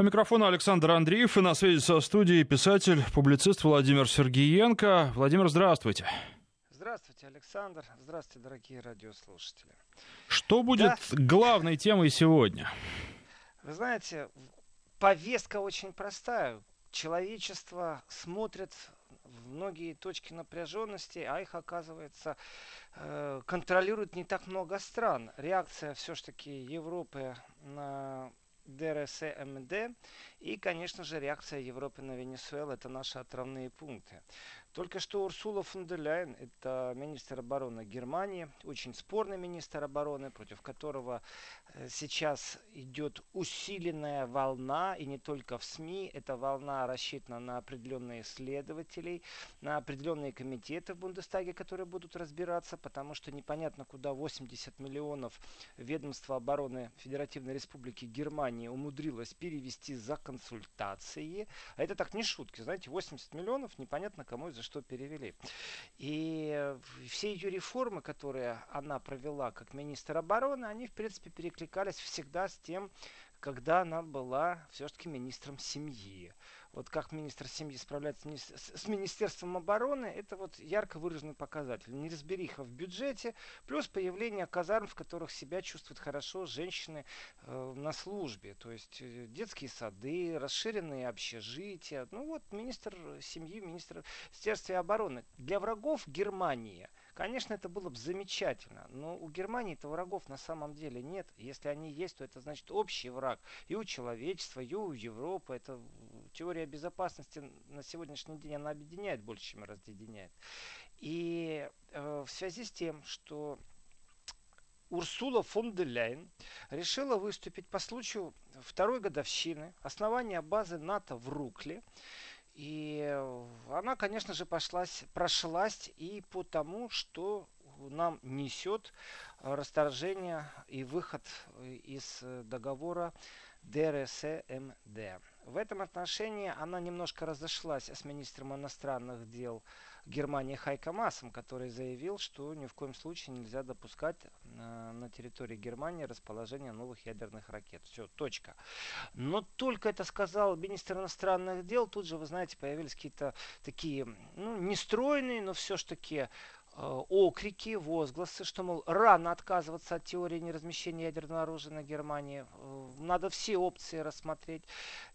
У микрофона Александр Андреев, и на связи со студией писатель, публицист Владимир Сергиенко. Владимир, здравствуйте. Здравствуйте, Александр. Здравствуйте, дорогие радиослушатели. Что будет главной темой сегодня? Вы знаете, повестка очень простая. Человечество смотрит в многие точки напряженности, а их, оказывается, контролирует не так много стран. Реакция все-таки Европы на ДРСМД и, конечно же, реакция Европы на Венесуэлу — это наши отправные пункты. Только что Урсула фон дер Ляйен, это министр обороны Германии, очень спорный министр обороны, против которого сейчас идет усиленная волна, и не только в СМИ, эта волна рассчитана на определенные исследователей, на определенные комитеты в Бундестаге, которые будут разбираться, потому что непонятно, куда 80 миллионов ведомства обороны Федеративной Республики Германии умудрилось перевести за консультации. А это так не шутки, знаете, 80 миллионов непонятно кому и за что перевели. И все ее реформы, которые она провела как министр обороны, они, в принципе, перекликались всегда с тем, когда она была все-таки министром семьи. Вот как министр семьи справляется с Министерством обороны, это вот ярко выраженный показатель. Неразбериха в бюджете, плюс появление казарм, в которых себя чувствуют хорошо женщины на службе. То есть детские сады, расширенные общежития. Ну вот министр семьи, министр Министерства обороны. Для врагов Германии, конечно, это было бы замечательно, но у Германии-то врагов на самом деле нет. Если они есть, то это значит общий враг и у человечества, и у Европы. Это теория безопасности на сегодняшний день, она объединяет больше, чем разъединяет. И в связи с тем, что Урсула фон дер Ляйен решила выступить по случаю второй годовщины основания базы НАТО в Рукле. И она, конечно же, прошлась и по тому, что нам несет расторжение и выход из договора ДРСМД. В этом отношении она немножко разошлась с министром иностранных дел Германии Хайко Маасом, который заявил, что ни в коем случае нельзя допускать на территории Германии расположение новых ядерных ракет. Все, точка. Но только это сказал министр иностранных дел, тут же, вы знаете, появились какие-то такие, нестройные, но все-таки окрики, возгласы, что, мол, рано отказываться от теории неразмещения ядерного оружия на Германии, надо все опции рассмотреть.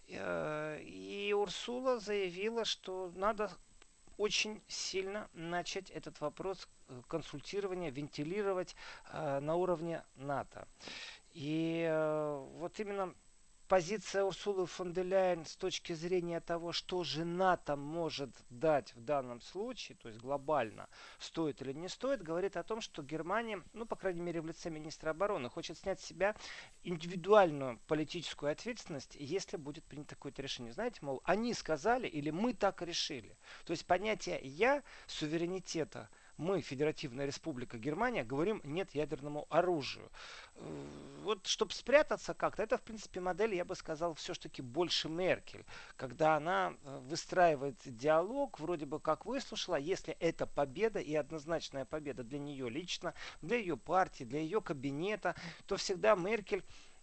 И Урсула заявила, что надо очень сильно начать этот вопрос консультирования, вентилировать на уровне НАТО. И вот именно позиция Урсулы фон дер Ляйен с точки зрения того, что же НАТО может дать в данном случае, то есть глобально, стоит или не стоит, говорит о том, что Германия, по крайней мере в лице министра обороны, хочет снять с себя индивидуальную политическую ответственность, если будет принято какое-то решение. Знаете, мол, они сказали или мы так решили. То есть понятие «я» суверенитета, мы, Федеративная Республика Германия, говорим нет ядерному оружию. Вот, чтобы спрятаться как-то, это, в принципе, модель, я бы сказал, все-таки больше Меркель. Когда она выстраивает диалог, вроде бы как выслушала, если это победа и однозначная победа для нее лично, для ее партии, для ее кабинета, то всегда Меркель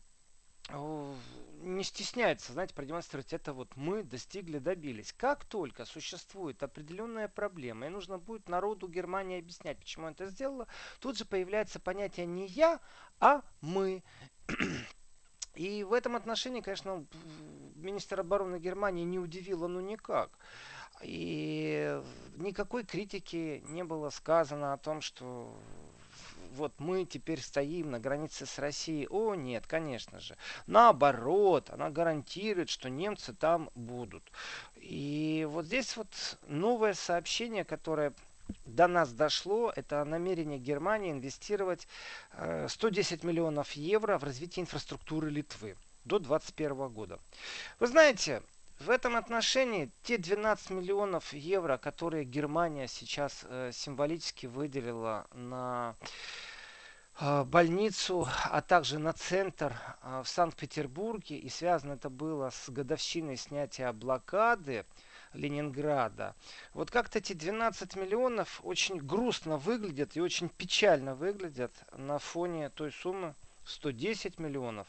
не стесняется, знаете, продемонстрировать это вот мы достигли, добились. Как только существует определенная проблема, и нужно будет народу Германии объяснять, почему это сделала, тут же появляется понятие не я, а мы. И в этом отношении, конечно, министр обороны Германии не удивило, никак. И никакой критики не было сказано о том, что вот мы теперь стоим на границе с Россией. О, нет, конечно же. Наоборот, она гарантирует, что немцы там будут. И вот здесь вот новое сообщение, которое до нас дошло, это намерение Германии инвестировать 110 миллионов евро в развитие инфраструктуры Литвы до 2021 года. Вы знаете, в этом отношении те 12 миллионов евро, которые Германия сейчас символически выделила на больницу, а также на центр в Санкт-Петербурге, и связано это было с годовщиной снятия блокады Ленинграда. Вот как-то эти 12 миллионов очень грустно выглядят и очень печально выглядят на фоне той суммы 110 миллионов,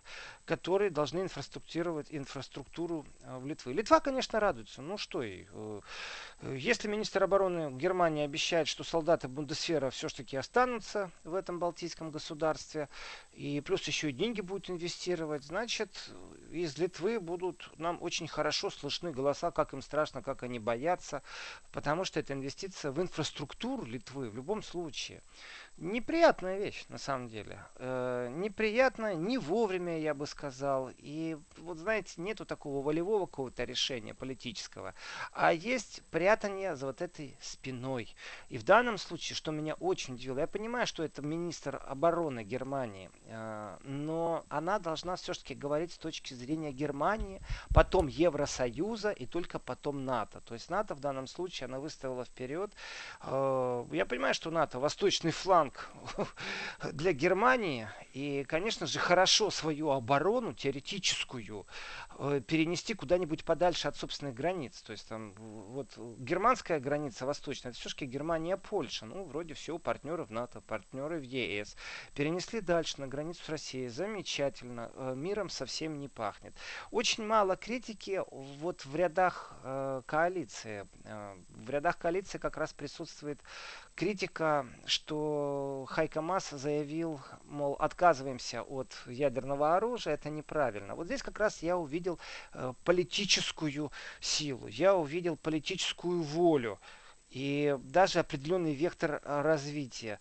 которые должны инфраструктурировать инфраструктуру в Литве. Литва, конечно, радуется. Ну что ей? Если министр обороны Германии обещает, что солдаты Бундесвера все-таки останутся в этом балтийском государстве, и плюс еще и деньги будут инвестировать, значит, из Литвы будут нам очень хорошо слышны голоса, как им страшно, как они боятся, потому что это инвестиция в инфраструктуру Литвы в любом случае. Неприятная вещь, на самом деле. Неприятно, не вовремя, я бы сказал. И вот, знаете, нету такого волевого какого-то решения политического. А есть прятание за вот этой спиной. И в данном случае, что меня очень удивило, я понимаю, что это министр обороны Германии, но она должна все-таки говорить с точки зрения Германии, потом Евросоюза и только потом НАТО. То есть НАТО в данном случае она выставила вперед. Я понимаю, что НАТО восточный фланг для Германии. И, конечно же, хорошо свою оборону теоретическую перенести куда-нибудь подальше от собственных границ. То есть там вот германская граница восточная, это все-таки Германия, Польша. Ну, вроде все, партнеры в НАТО, партнеры в ЕС. Перенесли дальше на границу с Россией. Замечательно. Миром совсем не пахнет. Очень мало критики вот в рядах коалиции. В рядах коалиции как раз присутствует критика, что Хайко Маас заявил, мол, отказываемся от ядерного оружия, это неправильно. Вот здесь как раз я увидел политическую силу, я увидел политическую волю и даже определенный вектор развития.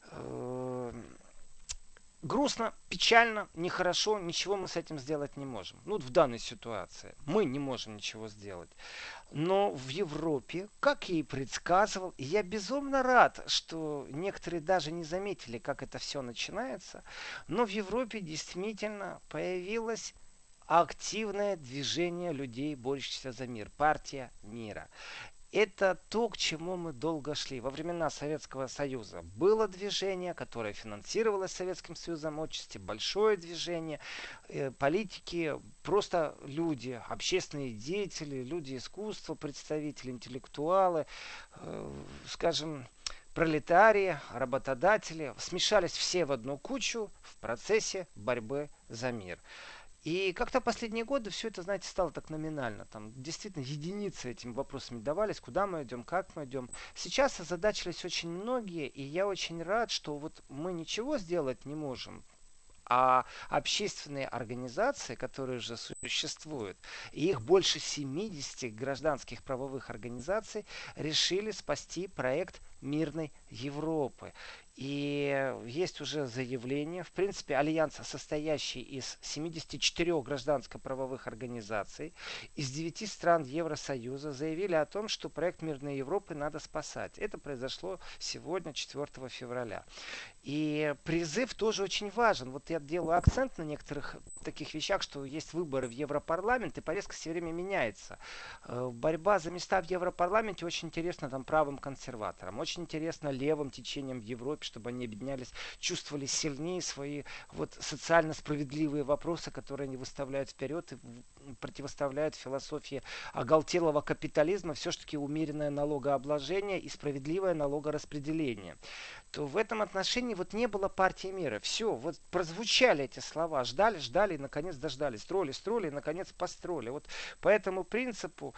Грустно, печально, нехорошо, ничего мы с этим сделать не можем. Ну, в данной ситуации мы не можем ничего сделать. Но в Европе, как я и предсказывал, и я безумно рад, что некоторые даже не заметили, как это все начинается, но в Европе действительно появилось активное движение людей, борющихся за мир, партия мира. Это то, к чему мы долго шли. Во времена Советского Союза было движение, которое финансировалось Советским Союзом отчасти, большое движение. Политики, просто люди, общественные деятели, люди искусства, представители, интеллектуалы, скажем, пролетарии, работодатели, смешались все в одну кучу в процессе борьбы за мир. И как-то последние годы все это, знаете, стало так номинально. Там действительно единицы этим вопросами давались, куда мы идем, как мы идем. Сейчас озадачились очень многие, и я очень рад, что вот мы ничего сделать не можем. А общественные организации, которые уже существуют, и их больше 70 гражданских правовых организаций, решили спасти проект мирной Европы. И есть уже заявление, в принципе, альянс, состоящий из 74 гражданско-правовых организаций, из 9 стран Евросоюза, заявили о том, что проект мирной Европы надо спасать. Это произошло сегодня, 4 февраля. И призыв тоже очень важен. Вот я делаю акцент на некоторых таких вещах, что есть выборы в Европарламент, и повестка все время меняется. Борьба за места в Европарламенте очень интересна там правым консерваторам, очень интересно левым течениям в Европе, чтобы они объединялись, чувствовали сильнее свои вот социально справедливые вопросы, которые они выставляют вперед и противоставляют философии оголтелого капитализма, все-таки умеренное налогообложение и справедливое налогораспределение. То в этом отношении вот не было партии мира. Все, вот прозвучали эти слова, ждали, ждали и наконец дождались, строили, строили и наконец построили. Вот по этому принципу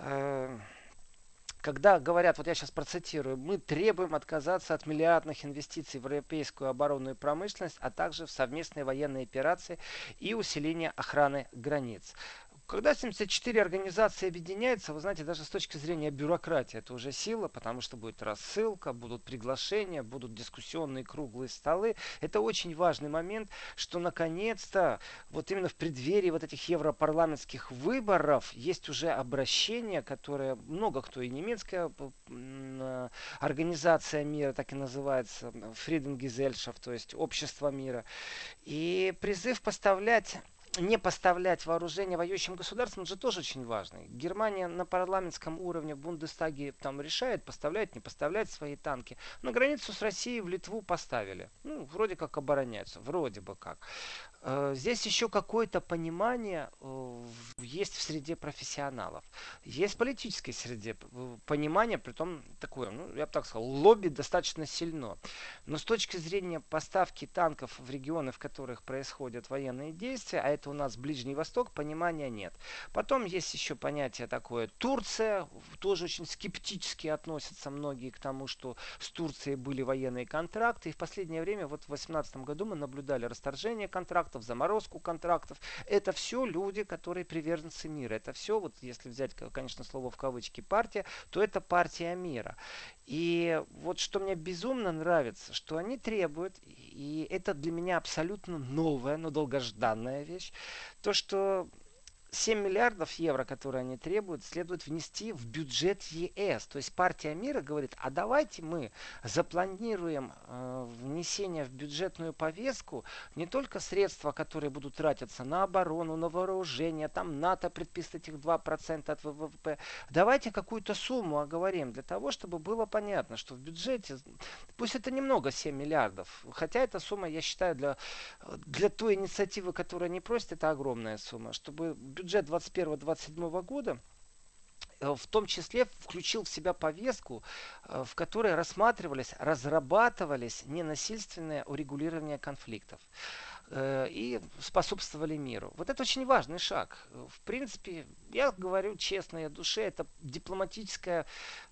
когда говорят, вот я сейчас процитирую, мы требуем отказаться от миллиардных инвестиций в европейскую оборонную промышленность, а также в совместные военные операции и усиление охраны границ. Когда 74 организации объединяются, вы знаете, даже с точки зрения бюрократии это уже сила, потому что будет рассылка, будут приглашения, будут дискуссионные круглые столы. Это очень важный момент, что наконец-то вот именно в преддверии вот этих европарламентских выборов есть уже обращение, которое много кто, и немецкая организация мира, так и называется, Friedensgesellschaft, то есть общество мира, и призыв не поставлять вооружение воюющим государствам, это же тоже очень важно. Германия на парламентском уровне в Бундестаге там решает, поставлять, не поставлять свои танки. На границу с Россией в Литву поставили. Ну, вроде как обороняются, вроде бы как. Здесь еще какое-то понимание есть в среде профессионалов. Есть в политической среде понимание, притом такое, ну, я бы так сказал, лобби достаточно сильно. Но с точки зрения поставки танков в регионы, в которых происходят военные действия, а это это у нас Ближний Восток, понимания нет. Потом есть еще понятие такое Турция, тоже очень скептически относятся многие к тому, что с Турцией были военные контракты. И в последнее время, вот в 2018 году мы наблюдали расторжение контрактов, заморозку контрактов. Это все люди, которые приверженцы мира. Это все, вот если взять, конечно, слово в кавычки партия, то это партия мира. И вот что мне безумно нравится, что они требуют, и это для меня абсолютно новая, но долгожданная вещь, то, что 7 миллиардов евро, которые они требуют, следует внести в бюджет ЕС. То есть партия мира говорит, а давайте мы запланируем внесение в бюджетную повестку не только средства, которые будут тратиться на оборону, на вооружение, там НАТО предписывает этих 2% от ВВП. Давайте какую-то сумму оговорим для того, чтобы было понятно, что в бюджете, пусть это немного 7 миллиардов, хотя эта сумма, я считаю, для той инициативы, которая не просит, это огромная сумма, чтобы бюджет 2021-2027 года в том числе включил в себя повестку, в которой рассматривались, разрабатывались ненасильственное урегулирование конфликтов и способствовали миру. Вот это очень важный шаг. В принципе, я говорю честно, от души, это дипломатическая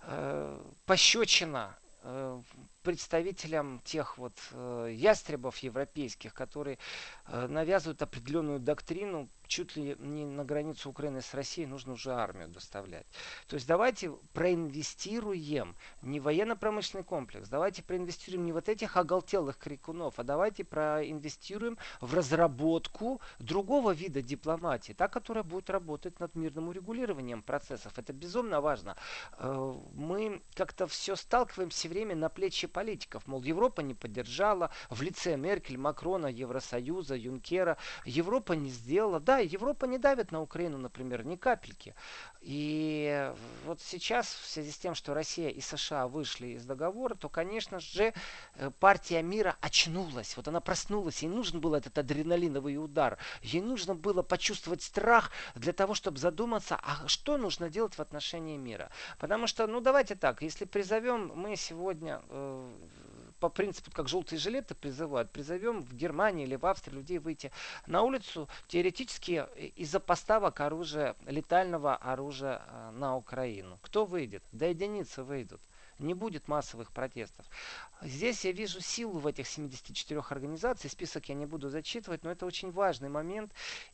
пощечина представителям тех вот ястребов европейских, которые навязывают определенную доктрину, чуть ли не на границу Украины с Россией нужно уже армию доставлять. То есть давайте проинвестируем не в военно-промышленный комплекс, давайте проинвестируем не вот этих оголтелых крикунов, а давайте проинвестируем в разработку другого вида дипломатии, та, которая будет работать над мирным урегулированием процессов. Это безумно важно. Мы как-то все сталкиваем все время на плечи политиков. Мол, Европа не поддержала, в лице Меркель, Макрона, Евросоюза, Юнкера. Европа не сделала. Да, Европа не давит на Украину, например, ни капельки. И вот сейчас, в связи с тем, что Россия и США вышли из договора, то, конечно же, партия мира очнулась. Вот она проснулась, ей нужен был этот адреналиновый удар. Ей нужно было почувствовать страх для того, чтобы задуматься, а что нужно делать в отношении мира. Потому что, ну давайте так, если призовем мы сегодня по принципу, как желтые жилеты призывают, призовем в Германии или в Австрии людей выйти на улицу, теоретически из-за поставок оружия, летального оружия на Украину. Кто выйдет? Да единицы выйдут. Не будет массовых протестов. Здесь я вижу силу в этих 74 организаций. Список я не буду зачитывать, но это очень важный момент.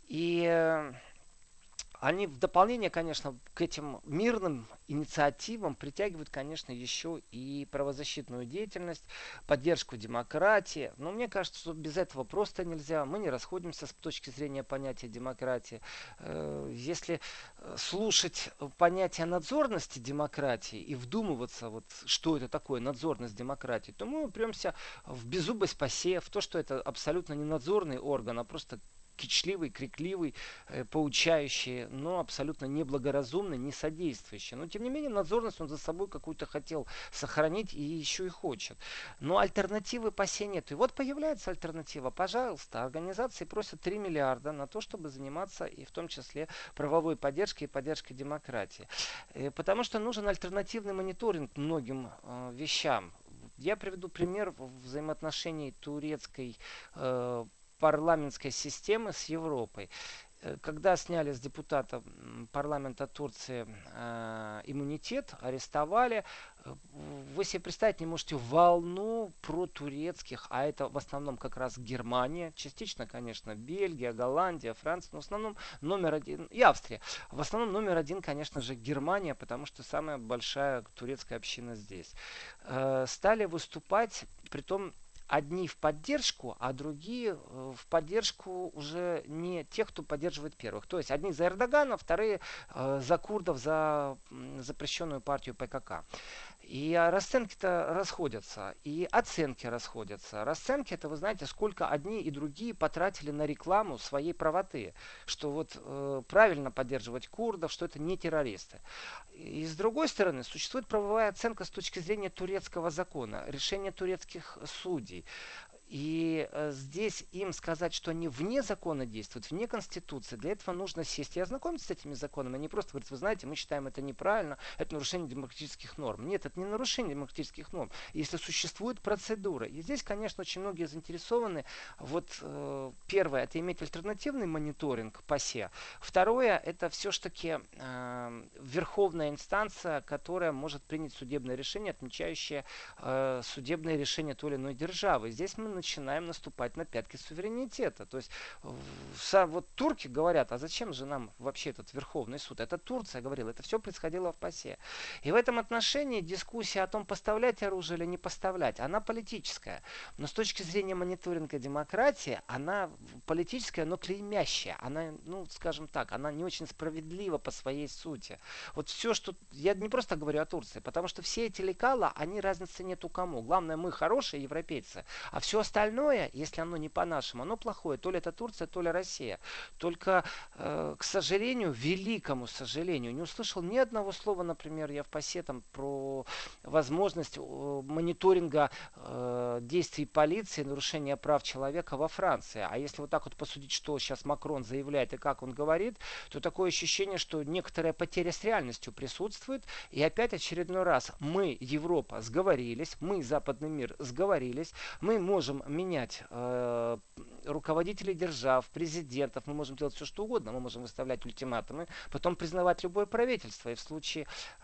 И они в дополнение, конечно, к этим мирным инициативам притягивают, конечно, еще и правозащитную деятельность, поддержку демократии. Но мне кажется, что без этого просто нельзя. Мы не расходимся с точки зрения понятия демократии. Если слушать понятие надзорности демократии и вдумываться, вот, что это такое надзорность демократии, то мы упремся в беззубость посев, в то, что это абсолютно не надзорный орган, а просто кичливый, крикливый, поучающий, но абсолютно неблагоразумный, не содействующий. Но, тем не менее, надзорность он за собой какую-то хотел сохранить и еще и хочет. Но альтернативы пасе нет. И вот появляется альтернатива. Пожалуйста, организации просят 3 миллиарда на то, чтобы заниматься и в том числе правовой поддержкой и поддержкой демократии. Потому что нужен альтернативный мониторинг многим вещам. Я приведу пример взаимоотношений турецкой парламентской системы с Европой. Когда сняли с депутата парламента Турции иммунитет, арестовали, вы себе представить не можете волну протурецких, а это в основном как раз Германия, частично, конечно, Бельгия, Голландия, Франция, но в основном номер один, и Австрия. В основном номер один, конечно же, Германия, потому что самая большая турецкая община здесь. Стали выступать, притом одни в поддержку, а другие в поддержку уже не тех, кто поддерживает первых. То есть одни за Эрдогана, вторые за курдов, за запрещенную партию ПКК. И расценки-то расходятся, и оценки расходятся. Расценки — это, вы знаете, сколько одни и другие потратили на рекламу своей правоты, что вот правильно поддерживать курдов, что это не террористы. И с другой стороны, существует правовая оценка с точки зрения турецкого закона, решения турецких судей. И здесь им сказать, что они вне закона действуют, вне Конституции, для этого нужно сесть и ознакомиться с этими законами, а не просто говорить, вы знаете, мы считаем это неправильно, это нарушение демократических норм. Нет, это не нарушение демократических норм, если существует процедура. И здесь, конечно, очень многие заинтересованы. Вот первое, это иметь альтернативный мониторинг ПАСЕ. Второе, это все-таки верховная инстанция, которая может принять судебное решение, отмечающее судебное решение той или иной державы. Здесь мы начинаем наступать на пятки суверенитета. То есть вот турки говорят, а зачем же нам вообще этот Верховный суд? Это Турция говорила, это все происходило в ПАСЕ. И в этом отношении дискуссия о том, поставлять оружие или не поставлять, она политическая. Но с точки зрения мониторинга демократии, она политическая, но клеймящая. Она, ну, скажем так, она не очень справедлива по своей сути. Вот все, что... Я не просто говорю о Турции, потому что все эти лекала, они разницы нету кому. Главное, мы хорошие европейцы, а все остальное, если оно не по-нашему, оно плохое. То ли это Турция, то ли Россия. Только, к сожалению, великому сожалению, не услышал ни одного слова, например, я в ПАСЕ там про возможность мониторинга действий полиции, нарушения прав человека во Франции. А если вот так вот посудить, что сейчас Макрон заявляет и как он говорит, то такое ощущение, что некоторая потеря с реальностью присутствует. И опять очередной раз мы, Европа, сговорились, мы, западный мир, сговорились, мы можем менять руководителей держав, президентов, мы можем делать все, что угодно, мы можем выставлять ультиматумы, потом признавать любое правительство. И в случае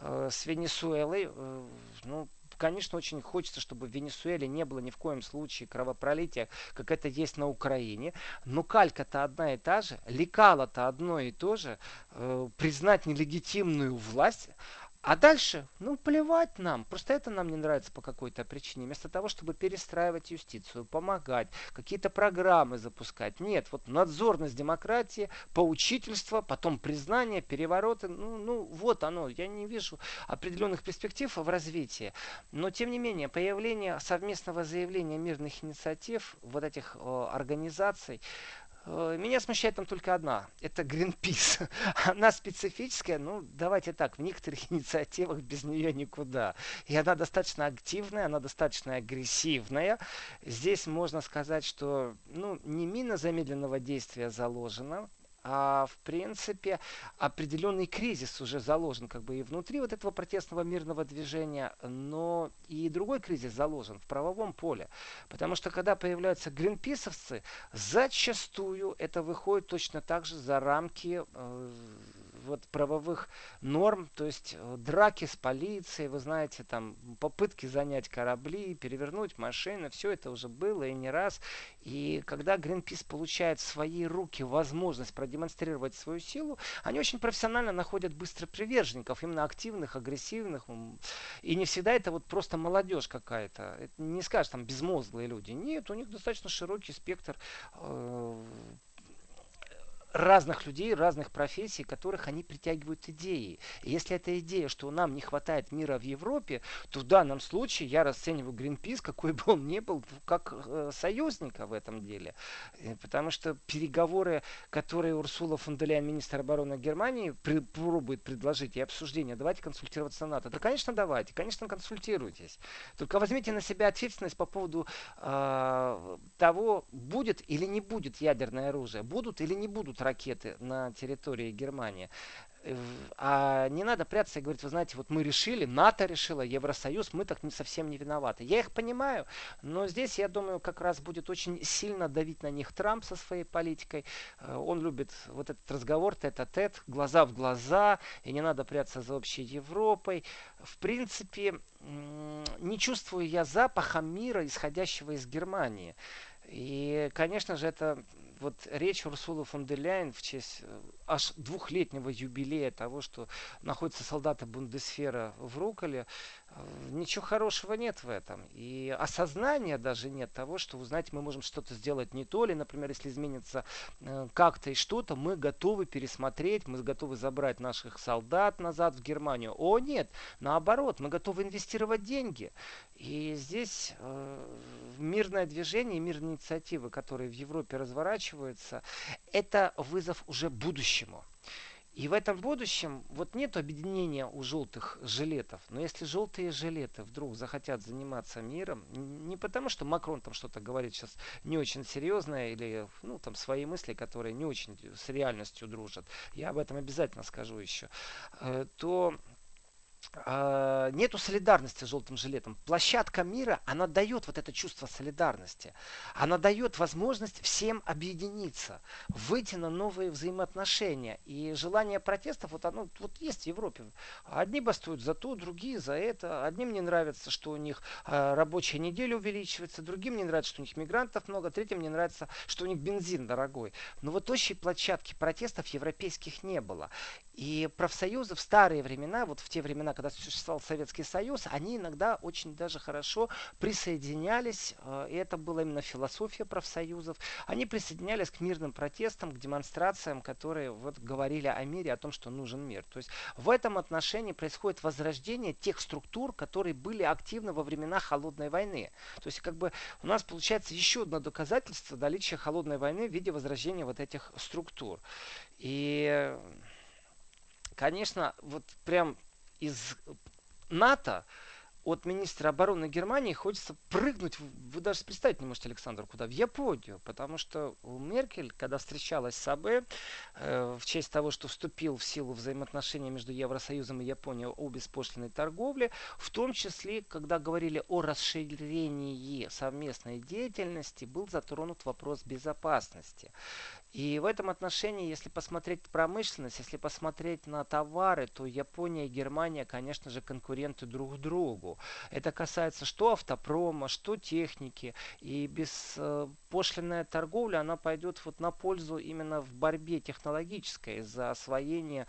с Венесуэлой, ну, конечно, очень хочется, чтобы в Венесуэле не было ни в коем случае кровопролития, как это есть на Украине. Но калька-то одна и та же, лекало-то одно и то же. Признать нелегитимную власть. А дальше, ну, плевать нам. Просто это нам не нравится по какой-то причине. Вместо того, чтобы перестраивать юстицию, помогать, какие-то программы запускать. Нет, вот надзорность демократии, поучительство, потом признание, перевороты. Ну, вот оно. Я не вижу определенных перспектив в развитии. Но, тем не менее, появление совместного заявления мирных инициатив, вот этих организаций, меня смущает там только одна. Это Greenpeace. Она специфическая, ну, давайте так, в некоторых инициативах без нее никуда. И она достаточно активная, она достаточно агрессивная. Здесь можно сказать, что, ну, не мина замедленного действия заложена, а в принципе определенный кризис уже заложен как бы и внутри вот этого протестного мирного движения, но и другой кризис заложен в правовом поле. Потому что когда появляются гринписовцы, зачастую это выходит точно так же за рамки вот правовых норм, то есть драки с полицией, вы знаете, там попытки занять корабли, перевернуть машины, все это уже было и не раз. И когда Greenpeace получает в свои руки возможность продемонстрировать свою силу, они очень профессионально находят быстро приверженников, именно активных, агрессивных. И не всегда это вот просто молодежь какая-то. Это не скажешь, там безмозглые люди. Нет, у них достаточно широкий спектр разных людей, разных профессий, которых они притягивают идеи. И если эта идея, что нам не хватает мира в Европе, то в данном случае я расцениваю Greenpeace, какой бы он ни был, как союзника в этом деле. Потому что переговоры, которые Урсула фон дер Ляйен, министр обороны Германии, пробует предложить, и обсуждение, давайте консультироваться с НАТО. Да, конечно, давайте, конечно, консультируйтесь. Только возьмите на себя ответственность по поводу того, будет или не будет ядерное оружие, будут или не будут ракеты на территории Германии. А не надо прятаться и говорить, вы знаете, вот мы решили, НАТО решило, Евросоюз, мы так совсем не виноваты. Я их понимаю, но здесь, я думаю, как раз будет очень сильно давить на них Трамп со своей политикой. Он любит вот этот разговор тет-а-тет, глаза в глаза, и не надо прятаться за общей Европой. В принципе, не чувствую я запаха мира, исходящего из Германии. И, конечно же, это вот речь Урсулы фон дер Ляйен в честь аж 2-летнего юбилея того, что находятся солдаты Бундесвера в Руколе, ничего хорошего нет в этом. И осознания даже нет того, что, вы знаете, мы можем что-то сделать не то, или, например, если изменится как-то и что-то, мы готовы пересмотреть, мы готовы забрать наших солдат назад в Германию. О, нет, наоборот, мы готовы инвестировать деньги. И здесь мирное движение, мирные инициативы, которые в Европе разворачиваются, это вызов уже будущему. И в этом будущем вот нет объединения у желтых жилетов. Но если желтые жилеты вдруг захотят заниматься миром, не потому что Макрон там что-то говорит сейчас не очень серьезное или ну, там свои мысли, которые не очень с реальностью дружат, я об этом обязательно скажу еще, то нету солидарности с желтым жилетом. Площадка мира, она дает вот это чувство солидарности. Она дает возможность всем объединиться, выйти на новые взаимоотношения. И желание протестов, вот оно вот есть в Европе. Одни бастуют за то, другие за это. Одним не нравится, что у них рабочая неделя увеличивается, другим не нравится, что у них мигрантов много, третьим не нравится, что у них бензин дорогой. Но вот общей площадки протестов европейских не было. И профсоюзы в старые времена, вот в те времена, когда существовал Советский Союз, они иногда очень даже хорошо присоединялись, и это была именно философия профсоюзов, они присоединялись к мирным протестам, к демонстрациям, которые вот говорили о мире, о том, что нужен мир. То есть в этом отношении происходит возрождение тех структур, которые были активны во времена Холодной войны. То есть как бы у нас получается еще одно доказательство наличия Холодной войны в виде возрождения вот этих структур. И конечно, вот прям из НАТО от министра обороны Германии хочется прыгнуть, вы даже представить не можете, Александр, куда? В Японию. Потому что у Меркель, когда встречалась с АБ, в честь того, что вступил в силу взаимоотношения между Евросоюзом и Японией о беспошлиной торговле, в том числе, когда говорили о расширении совместной деятельности, был затронут вопрос безопасности. И в этом отношении, если посмотреть промышленность, если посмотреть на товары, то Япония и Германия, конечно же, конкуренты друг другу. Это касается что автопрома, что техники. И беспошлинная торговля, она пойдет вот на пользу именно в борьбе технологической за освоение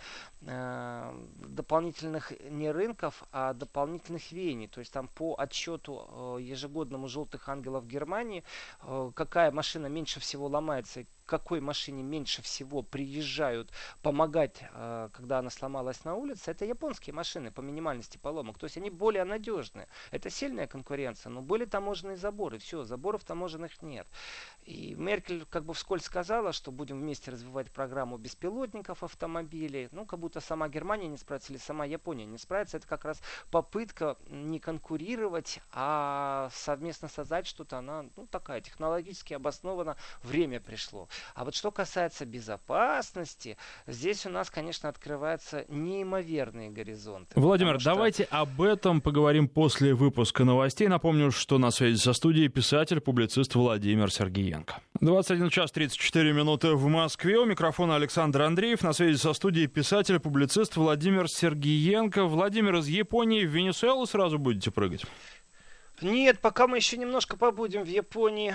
дополнительных не рынков, а дополнительных веяний. То есть там по отчету ежегодному желтых ангелов Германии, какая машина меньше всего ломается, какой машине меньше всего приезжают помогать, когда она сломалась на улице, это японские машины по минимальности поломок. То есть они более надежные. Это сильная конкуренция, но были таможенные заборы. Все, заборов таможенных нет. И Меркель как бы вскользь сказала, что будем вместе развивать программу беспилотников автомобилей. Ну, как будто сама Германия не справится или сама Япония не справится. Это как раз попытка не конкурировать, а совместно создать что-то. Она, ну, такая технологически обоснована. Время пришло. А вот что касается безопасности, здесь у нас, конечно, открываются неимоверные горизонты. Владимир, давайте об этом поговорим после выпуска новостей. Напомню, что на связи со студией писатель, публицист Владимир Сергиенко. 21 час 34 минуты в Москве. У микрофона Александр Андреев. На связи со студией писатель, публицист Владимир Сергиенко. Владимир, из Японии в Венесуэлу сразу будете прыгать? Нет, пока мы еще немножко побудем в Японии,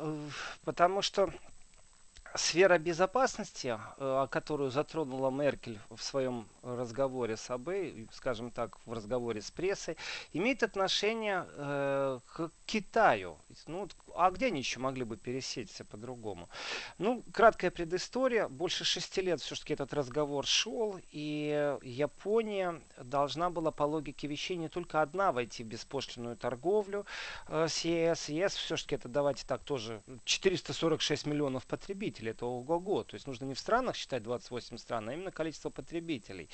потому что сфера безопасности, которую затронула Меркель в своем разговоре с АБ, скажем так, в разговоре с прессой, имеет отношение к Китаю. Ну, а где они еще могли бы пересечься по-другому? Ну, краткая предыстория. Больше 6 лет все-таки этот разговор шел, и Япония должна была по логике вещей не только одна войти в беспошлинную торговлю с ЕС. ЕС все-таки это, давайте так, тоже 446 миллионов потребителей. Это ого-го. То есть нужно не в странах считать 28 стран, а именно количество потребителей.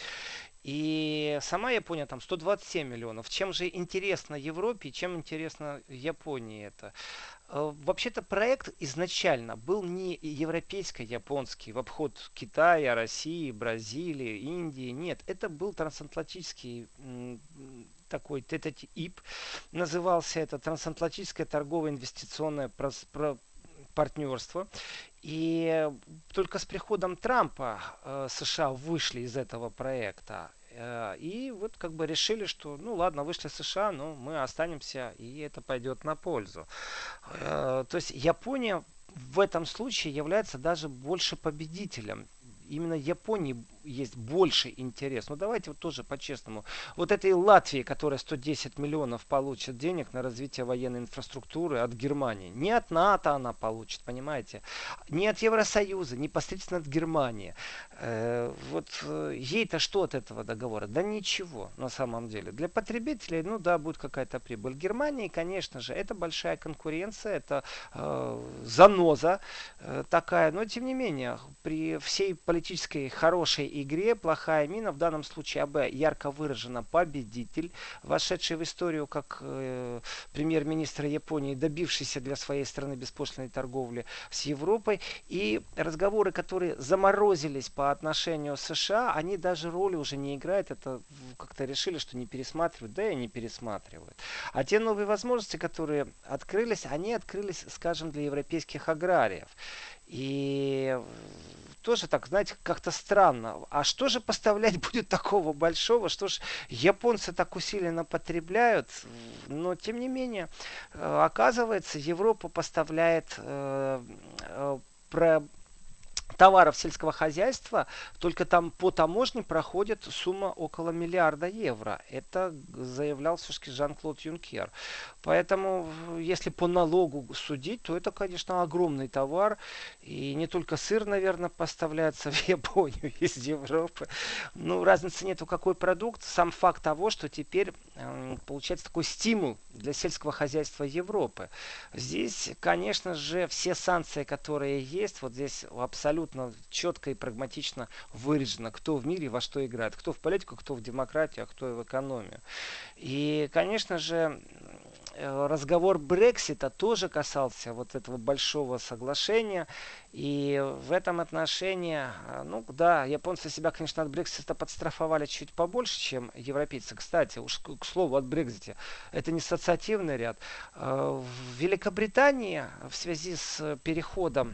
И сама Япония там 127 миллионов. Чем же интересно Европе, чем интересно Японии это? Вообще-то проект изначально был не европейско-японский в обход Китая, России, Бразилии, Индии. Нет, это был трансатлантический такой ТТИП. Назывался это трансатлантическое торгово-инвестиционное партнерство. И только с приходом Трампа США вышли из этого проекта. И вот как бы решили, что ну ладно, вышли США, но мы останемся, и это пойдет на пользу. То есть Япония в этом случае является даже больше победителем. Именно Японии есть больше интерес. Но давайте вот тоже по-честному. Вот этой Латвии, которая 110 миллионов получит денег на развитие военной инфраструктуры от Германии. Не от НАТО она получит, понимаете? Не от Евросоюза, непосредственно от Германии. Вот ей-то что от этого договора? Да ничего на самом деле. Для потребителей, ну да, будет какая-то прибыль. Германии, конечно же, это большая конкуренция, это заноза такая. Но тем не менее, при всей политической хорошей игре, плохая мина, в данном случае АБ ярко выраженно победитель, вошедший в историю как премьер-министр Японии, добившийся для своей страны беспошлиной торговли с Европой. И разговоры, которые заморозились по отношению с США, они даже роли уже не играют. Это как-то решили, что не пересматривают, да и не пересматривают. А те новые возможности, которые открылись, они открылись, скажем, для европейских аграриев. И тоже так, знаете, как-то странно. А что же поставлять будет такого большого? Что же японцы так усиленно потребляют? Но, тем не менее, оказывается, Европа поставляет товаров сельского хозяйства, только там по таможне проходит сумма около миллиарда евро. Это заявлял все-таки Жан-Клод Юнкер. Поэтому, если по налогу судить, то это, конечно, огромный товар. И не только сыр, наверное, поставляется в Японию из Европы. Ну, разницы нету, какой продукт. Сам факт того, что теперь получается такой стимул для сельского хозяйства Европы. Здесь, конечно же, все санкции, которые есть, вот здесь абсолютно четко и прагматично выражено, кто в мире во что играет. Кто в политику, кто в демократию, а кто в экономию. И, конечно же, разговор Брексита тоже касался вот этого большого соглашения. И в этом отношении, ну да, японцы себя, конечно, от Брексита подстраховали чуть побольше, чем европейцы. Кстати, уж к слову от Брексита, это не ассоциативный ряд. В Великобритании в связи с переходом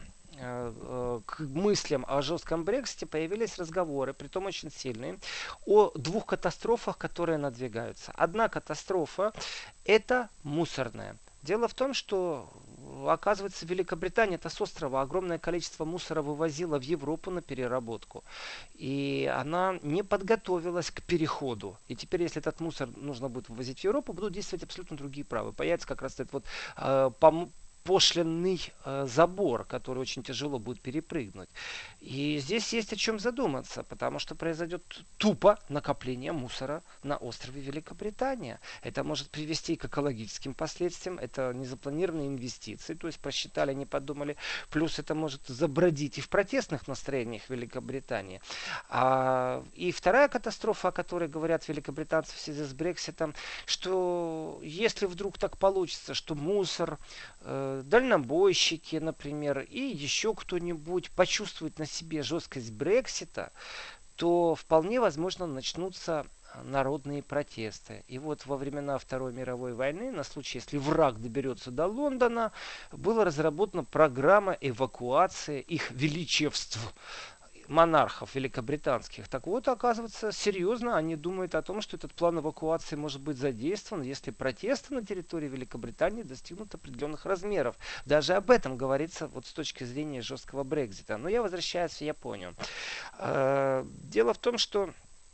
к мыслям о жестком Брексите появились разговоры, притом очень сильные, о двух катастрофах, которые надвигаются. Одна катастрофа – это мусорная. Дело в том, что, оказывается, Великобритания, это с острова, огромное количество мусора вывозила в Европу на переработку. И она не подготовилась к переходу. И теперь, если этот мусор нужно будет вывозить в Европу, будут действовать абсолютно другие правила. Появится как раз этот вот пошлинный забор, который очень тяжело будет перепрыгнуть. И здесь есть о чем задуматься, потому что произойдет тупо накопление мусора на острове Великобритания. Это может привести к экологическим последствиям, это незапланированные инвестиции, то есть просчитали, не подумали. Плюс это может забродить и в протестных настроениях Великобритании. И вторая катастрофа, о которой говорят великобританцы в связи с Брекситом, что если вдруг так получится, что мусор, дальнобойщики, например, и еще кто-нибудь почувствует на себе жесткость Брексита, то вполне возможно начнутся народные протесты. И вот во времена Второй мировой войны, на случай, если враг доберется до Лондона, была разработана программа эвакуации их величеств монархов великобританских. Так вот, оказывается, серьезно они думают о том, что этот план эвакуации может быть задействован, если протесты на территории Великобритании достигнут определенных размеров. Даже об этом говорится вот с точки зрения жесткого Брексита. Но я возвращаюсь в Японию. Дело в том, что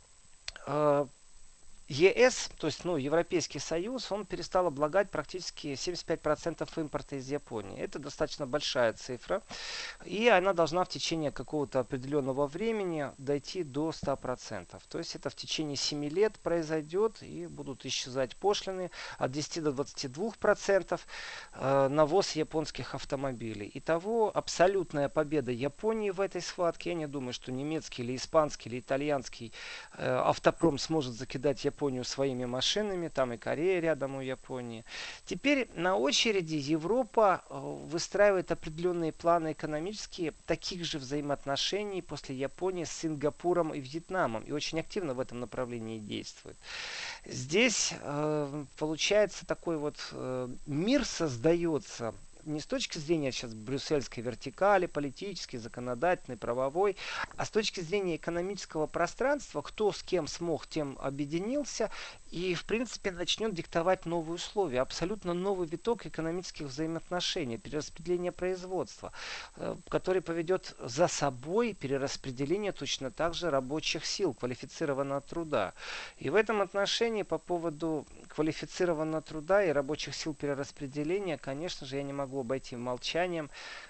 ЕС, то есть Европейский Союз, он перестал облагать практически 75% импорта из Японии. Это достаточно большая цифра. И она должна в течение какого-то определенного времени дойти до 100%. То есть это в течение 7 лет произойдет и будут исчезать пошлины от 10 до 22% на ввоз японских автомобилей. Итого абсолютная победа Японии в этой схватке. Я не думаю, что немецкий или испанский или итальянский автопром сможет закидать Японию своими машинами, там и Корея рядом у Японии. Теперь на очереди Европа выстраивает определенные планы экономические таких же взаимоотношений после Японии с Сингапуром и Вьетнамом. И очень активно в этом направлении действует. Здесь получается такой вот мир создается не с точки зрения сейчас брюссельской вертикали, политической, законодательной, правовой, а с точки зрения экономического пространства, кто с кем смог, тем объединился и, в принципе, начнет диктовать новые условия, абсолютно новый виток экономических взаимоотношений, перераспределение производства, который поведет за собой перераспределение точно так же рабочих сил, квалифицированного труда. И в этом отношении по поводу квалифицированного труда и рабочих сил перераспределения, конечно же, я не могу обойти молчанием.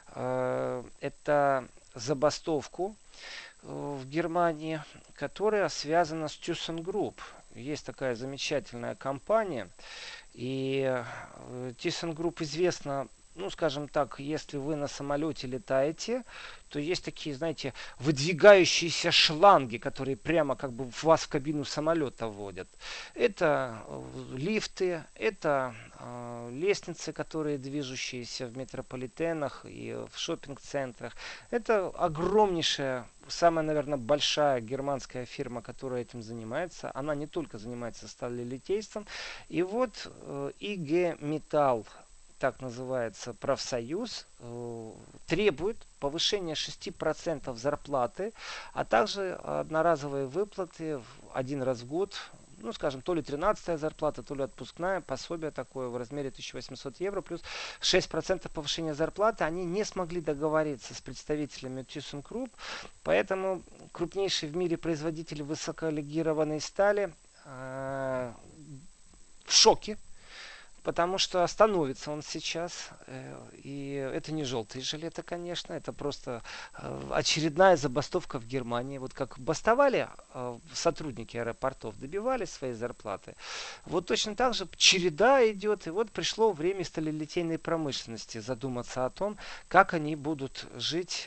Это забастовку в Германии, которая связана с ThyssenKrupp. Есть такая замечательная компания. И ThyssenKrupp известна ну, скажем так, если вы на самолете летаете, то есть такие, знаете, выдвигающиеся шланги, которые прямо как бы вас в кабину самолета вводят. Это лифты, это лестницы, которые движущиеся в метрополитенах и в шоппинг-центрах. Это огромнейшая, самая, наверное, большая германская фирма, которая этим занимается. Она не только занимается сталелитейством. И вот IG Metall, так называется профсоюз, требует повышения 6% зарплаты, а также одноразовые выплаты один раз в год, ну, скажем, то ли 13-я зарплата, то ли отпускная, пособие такое в размере 1800 евро, плюс 6% повышения зарплаты. Они не смогли договориться с представителями ThyssenKrupp, поэтому крупнейший в мире производитель высоколегированной стали в шоке, потому что остановится он сейчас. И это не желтые жилеты, конечно. Это просто очередная забастовка в Германии. Вот как бастовали сотрудники аэропортов, добивались своей зарплаты. Вот точно так же череда идет. И вот пришло время сталелитейной промышленности задуматься о том, как они будут жить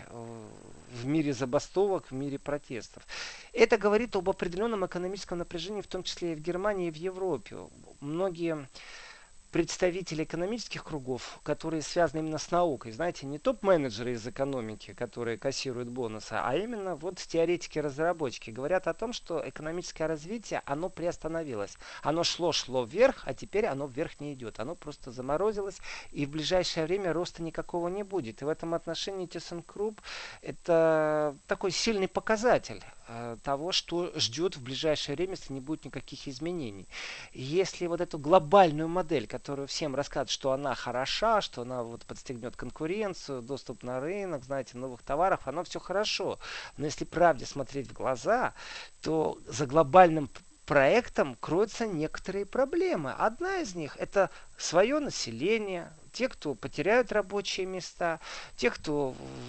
в мире забастовок, в мире протестов. Это говорит об определенном экономическом напряжении, в том числе и в Германии, и в Европе. Многие представители экономических кругов, которые связаны именно с наукой. Знаете, не топ-менеджеры из экономики, которые кассируют бонусы, а именно вот теоретики-разработчики говорят о том, что экономическое развитие, оно приостановилось. Оно шло вверх, а теперь оно вверх не идет. Оно просто заморозилось, и в ближайшее время роста никакого не будет. И в этом отношении ThyssenKrupp это такой сильный показатель того, что ждет в ближайшее время, если не будет никаких изменений. Если вот эту глобальную модель, которую всем рассказывают, что она хороша, что она вот подстегнет конкуренцию, доступ на рынок, знаете, новых товаров, оно все хорошо. Но если правде смотреть в глаза, то за глобальным проектом кроются некоторые проблемы. Одна из них — это свое население, те, кто потеряют рабочие места, те, кто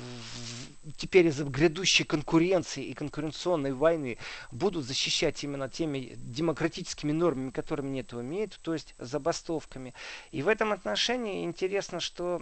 теперь из-за грядущей конкуренции и конкуренционной войны будут защищать именно теми демократическими нормами, которыми они это умеют, то есть забастовками. И в этом отношении интересно, что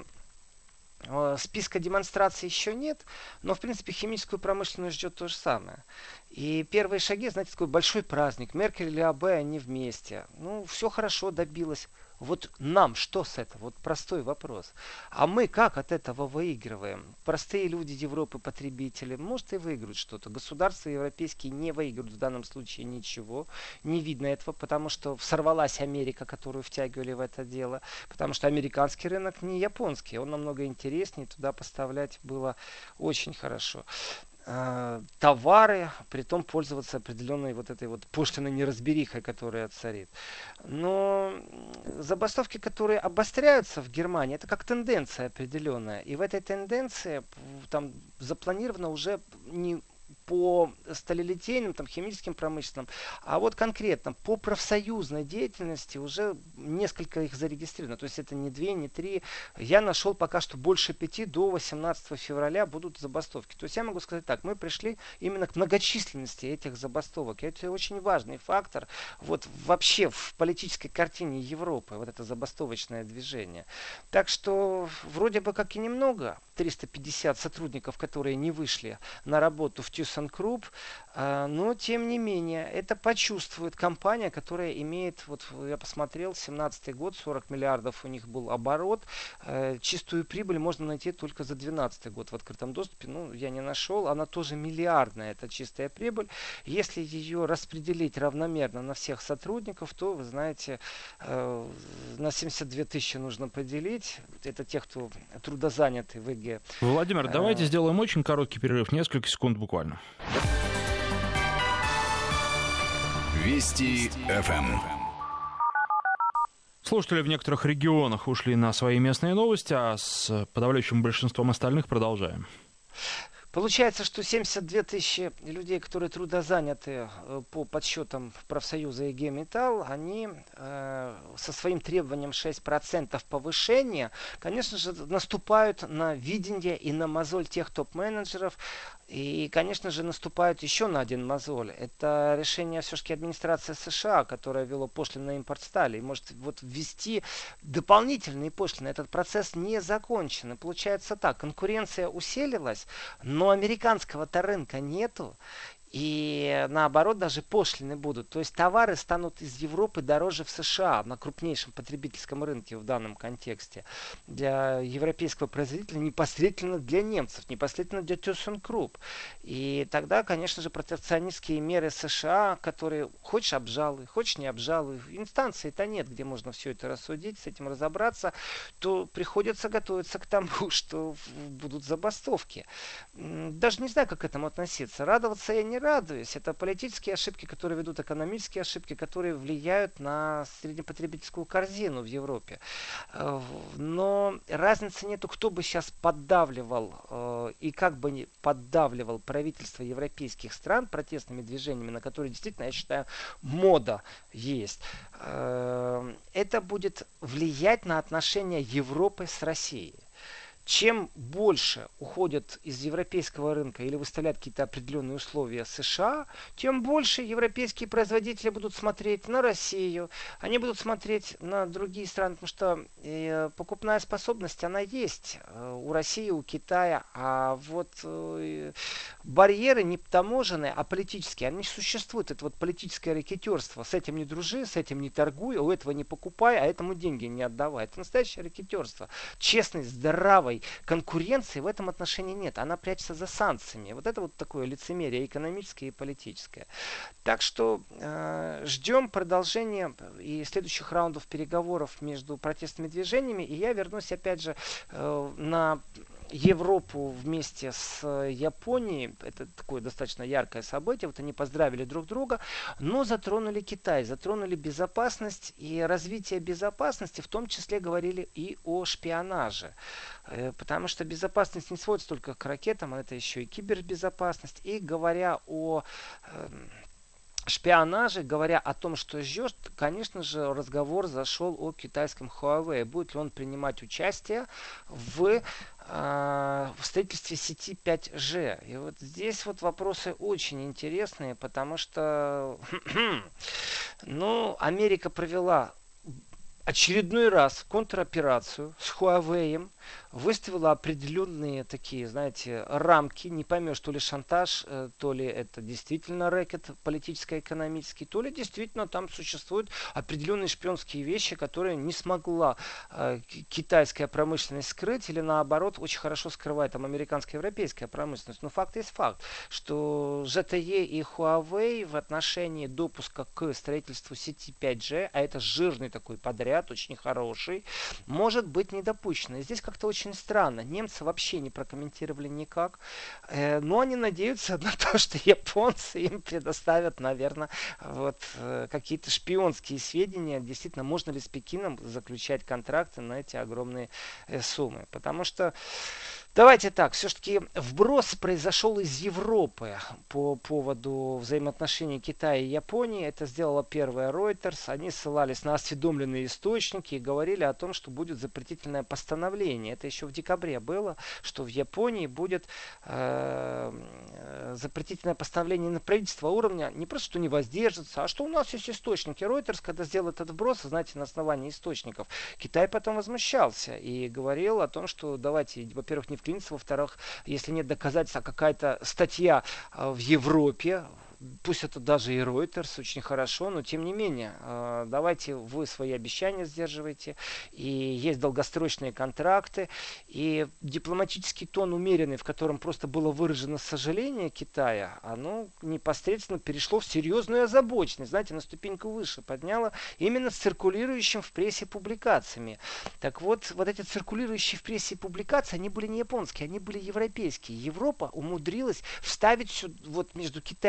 списка демонстраций еще нет, но в принципе химическую промышленность ждет то же самое. И первые шаги, знаете, такой большой праздник. Меркель и АБ, они вместе. Ну, все хорошо, добилось. Вот нам что с этого? Вот простой вопрос. А мы как от этого выигрываем? Простые люди Европы, потребители, может и выиграют что-то. Государства европейские не выиграют в данном случае ничего. Не видно этого, потому что сорвалась Америка, которую втягивали в это дело. Потому что американский рынок не японский. Он намного интереснее. Туда поставлять было очень хорошо. Товары, притом пользоваться определенной вот этой вот пошлиной неразберихой, которая царит. Но забастовки, которые обостряются в Германии, это как тенденция определенная. И в этой тенденции там запланировано уже не по сталелитейным, там, химическим промышленным, а вот конкретно по профсоюзной деятельности уже несколько их зарегистрировано. То есть это не 2, не 3. Я нашел пока что больше 5, до 18 февраля будут забастовки. То есть я могу сказать так, мы пришли именно к многочисленности этих забастовок. И это очень важный фактор вот вообще в политической картине Европы, вот это забастовочное движение. Так что вроде бы как и немного, 350 сотрудников, которые не вышли на работу в ThyssenKrupp, но тем не менее это почувствует компания, которая имеет, вот я посмотрел, 17 год, 40 миллиардов у них был оборот, чистую прибыль можно найти только за 12 год в открытом доступе, ну я не нашел, она тоже миллиардная, это чистая прибыль. Если ее распределить равномерно на всех сотрудников, то вы знаете, на 72 тысячи нужно поделить, это те, кто трудозаняты в ИГ. Владимир, давайте сделаем очень короткий перерыв, несколько секунд буквально. Вести ФМ. Слушатели в некоторых регионах ушли на свои местные новости, а с подавляющим большинством остальных продолжаем. Получается, что 72 тысячи людей, которые трудозаняты по подсчетам профсоюза ЕГЭ «Металл», они со своим требованием 6% повышения, конечно же, наступают на видение и на мозоль тех топ-менеджеров, и, конечно же, наступают еще на один мозоль. Это решение все-таки администрации США, которая ввела пошлины на импорт стали. И может вот ввести дополнительные пошлины. Этот процесс не закончен. И получается так, конкуренция усилилась, но американского-то рынка нету. И наоборот, даже пошлины будут. То есть товары станут из Европы дороже в США на крупнейшем потребительском рынке в данном контексте. Для европейского производителя, непосредственно для немцев, непосредственно для ThyssenKrupp. И тогда, конечно же, протекционистские меры США, которые хочешь обжалуй, хочешь не обжалуй, инстанции-то нет, где можно все это рассудить, с этим разобраться, то приходится готовиться к тому, что будут забастовки. Даже не знаю, как к этому относиться. Радоваться я не радуюсь. Это политические ошибки, которые ведут экономические ошибки, которые влияют на среднепотребительскую корзину в Европе. Но разницы нету, кто бы сейчас поддавливал и как бы не поддавливал правительство европейских стран протестными движениями, на которые действительно, я считаю, мода есть. Это будет влиять на отношения Европы с Россией. Чем больше уходят из европейского рынка или выставляют какие-то определенные условия США, тем больше европейские производители будут смотреть на Россию, они будут смотреть на другие страны, потому что покупная способность, она есть у России, у Китая, а вот барьеры не таможенные, а политические, они существуют. Это вот политическое рэкеттерство. С этим не дружи, с этим не торгуй, у этого не покупай, а этому деньги не отдавай. Это настоящее рэкеттерство. Честной, здравой конкуренции в этом отношении нет. Она прячется за санкциями. Вот это вот такое лицемерие экономическое и политическое. Так что ждем продолжения и следующих раундов переговоров между протестными движениями. И я вернусь опять же на Европу вместе с Японией. Это такое достаточно яркое событие. Вот они поздравили друг друга, но затронули Китай, затронули безопасность и развитие безопасности, в том числе говорили и о шпионаже. Потому что безопасность не сводится только к ракетам, а это еще и кибербезопасность. И говоря о шпионаже, говоря о том, что ждет, конечно же, разговор зашел о китайском Huawei. Будет ли он принимать участие в строительстве сети 5G. И вот здесь вот вопросы очень интересные, потому что Америка провела очередной раз контроперацию с Huawei, выставила определенные такие, знаете, рамки, не поймешь, то ли шантаж, то ли это действительно рэкет политическо-экономический, то ли действительно там существуют определенные шпионские вещи, которые не смогла китайская промышленность скрыть, или наоборот, очень хорошо скрывает там американская и европейская промышленность. Но факт есть факт, что ZTE и Huawei в отношении допуска к строительству сети 5G, а это жирный такой подряд, очень хороший, может быть недопущено. И здесь как-то очень странно. Немцы вообще не прокомментировали никак. Но они надеются на то, что японцы им предоставят, наверное, какие-то шпионские сведения. Действительно, можно ли с Пекином заключать контракты на эти огромные суммы. Потому что давайте так, все-таки вброс произошел из Европы по поводу взаимоотношений Китая и Японии. Это сделала первая Reuters. Они ссылались на осведомленные источники и говорили о том, что будет запретительное постановление. Это еще в декабре было, что в Японии будет запретительное постановление на правительство уровня не просто, что не воздержится, а что у нас есть источники. Reuters, когда сделал этот вброс, знаете, на основании источников, Китай потом возмущался и говорил о том, что давайте, во-первых, не вклиниться, во-вторых, если нет доказательств, а какая-то статья в Европе, пусть это даже и Reuters, очень хорошо, но тем не менее, давайте вы свои обещания сдерживайте, и есть долгосрочные контракты, и дипломатический тон умеренный, в котором просто было выражено сожаление Китая, оно непосредственно перешло в серьезную озабоченность, знаете, на ступеньку выше подняло именно с циркулирующим в прессе публикациями. Так вот, вот эти циркулирующие в прессе публикации, они были не японские, они были европейские. Европа умудрилась вставить вот между Китаем и Японией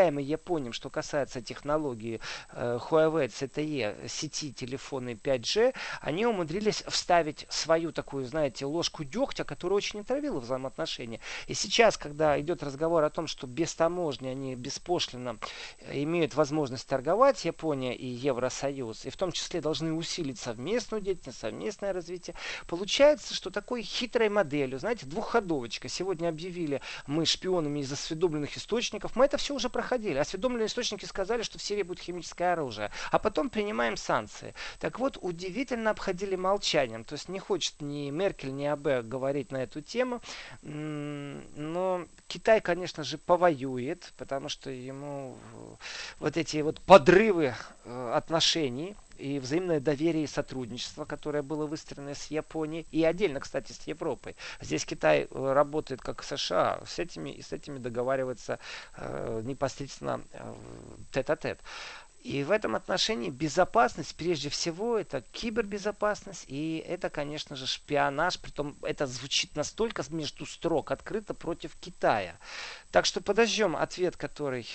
помним, что касается технологии Huawei CTE, сети телефонной 5G, они умудрились вставить свою такую, знаете, ложку дегтя, которая очень отравила взаимоотношения. И сейчас, когда идет разговор о том, что без таможни они беспошлино имеют возможность торговать, Япония и Евросоюз, и в том числе должны усилить совместную деятельность, совместное развитие, получается, что такой хитрой моделью, знаете, двухходовочка. Сегодня объявили мы шпионами из осведомленных источников. Мы это все уже проходили. Осведомленные источники сказали, что в Сирии будет химическое оружие. А потом принимаем санкции. Так вот, удивительно обходили молчанием. То есть не хочет ни Меркель, ни АБ говорить на эту тему. Но Китай, конечно же, повоюет, потому что ему вот эти вот подрывы отношений и взаимное доверие и сотрудничество, которое было выстроено с Японией и отдельно, кстати, с Европой. Здесь Китай работает как США, с этими договаривается непосредственно тет-а-тет. И в этом отношении безопасность, прежде всего, это кибербезопасность, и это, конечно же, шпионаж, притом это звучит настолько между строк открыто против Китая. Так что подождем ответ, который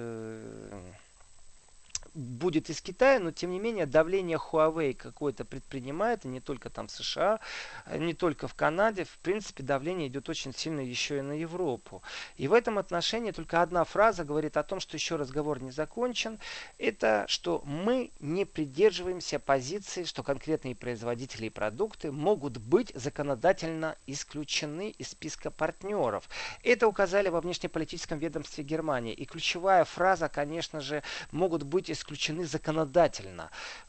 будет из Китая, но тем не менее давление Huawei какое-то предпринимает, и не только там в США, не только в Канаде, в принципе давление идет очень сильно еще и на Европу. И в этом отношении только одна фраза говорит о том, что еще разговор не закончен, это что мы не придерживаемся позиции, что конкретные производители и продукты могут быть законодательно исключены из списка партнеров. Это указали во внешнеполитическом ведомстве Германии. И ключевая фраза, конечно же, могут быть исключены законодательно.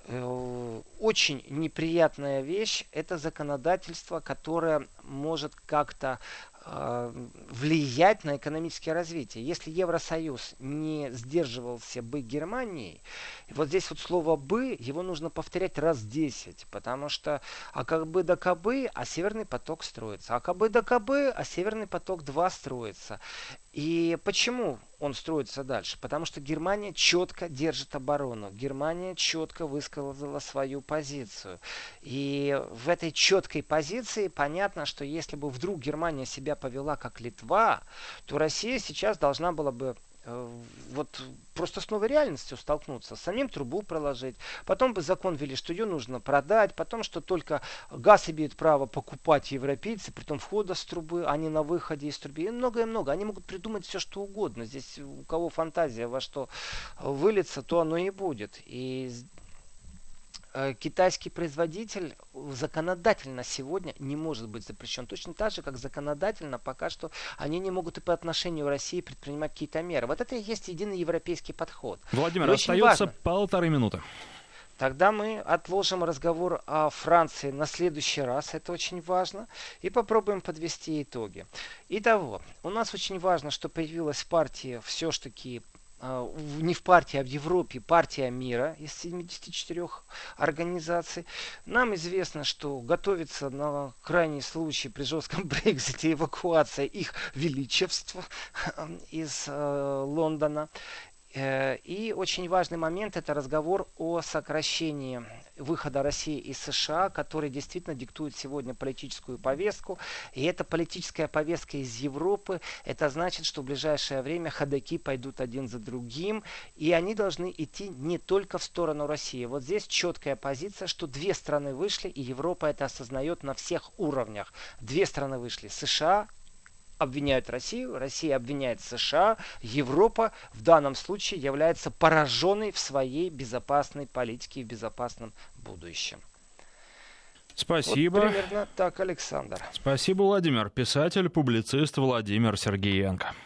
Очень неприятная вещь. Это законодательство, которое может как-то влиять на экономическое развитие. Если Евросоюз не сдерживался бы Германией, вот здесь вот слово «бы», его нужно повторять раз 10, потому что а как бы да кабы, а Северный поток строится. А кабы да кабы, а Северный поток 2 строится. И почему он строится дальше? Потому что Германия четко держит оборону. Германия четко высказала свою позицию. И в этой четкой позиции понятно, что если бы вдруг Германия себя повела как Литва, то Россия сейчас должна была бы вот просто с новой реальностью столкнуться, самим трубу проложить, потом бы закон ввели, что ее нужно продать, потом, что только газ имеет право покупать европейцы, притом входа с трубы, а не на выходе из трубы, и многое-много. Они могут придумать все, что угодно. Здесь у кого фантазия во что выльется, то оно и будет. И китайский производитель законодательно сегодня не может быть запрещен. Точно так же, как законодательно пока что они не могут и по отношению к России предпринимать какие-то меры. Вот это и есть единый европейский подход. Владимир, остается 1,5 минуты. Тогда мы отложим разговор о Франции на следующий раз, это очень важно, и попробуем подвести итоги. Итого, у нас очень важно, что появилась партия все-таки не в партии, а в Европе партия мира из 74 организаций. Нам известно, что готовится на крайний случай при жестком Брексите эвакуация их величества из Лондона. И очень важный момент — это разговор о сокращении выхода России из США, который действительно диктует сегодня политическую повестку. И эта политическая повестка из Европы, это значит, что в ближайшее время ходоки пойдут один за другим, и они должны идти не только в сторону России. Вот здесь четкая позиция, что две страны вышли, и Европа это осознает на всех уровнях. Две страны вышли: США обвиняют Россию, Россия обвиняет США, Европа в данном случае является пораженной в своей безопасной политике и в безопасном будущем. Спасибо. Вот примерно так, Александр. Спасибо, Владимир. Писатель, публицист Владимир Сергеенко.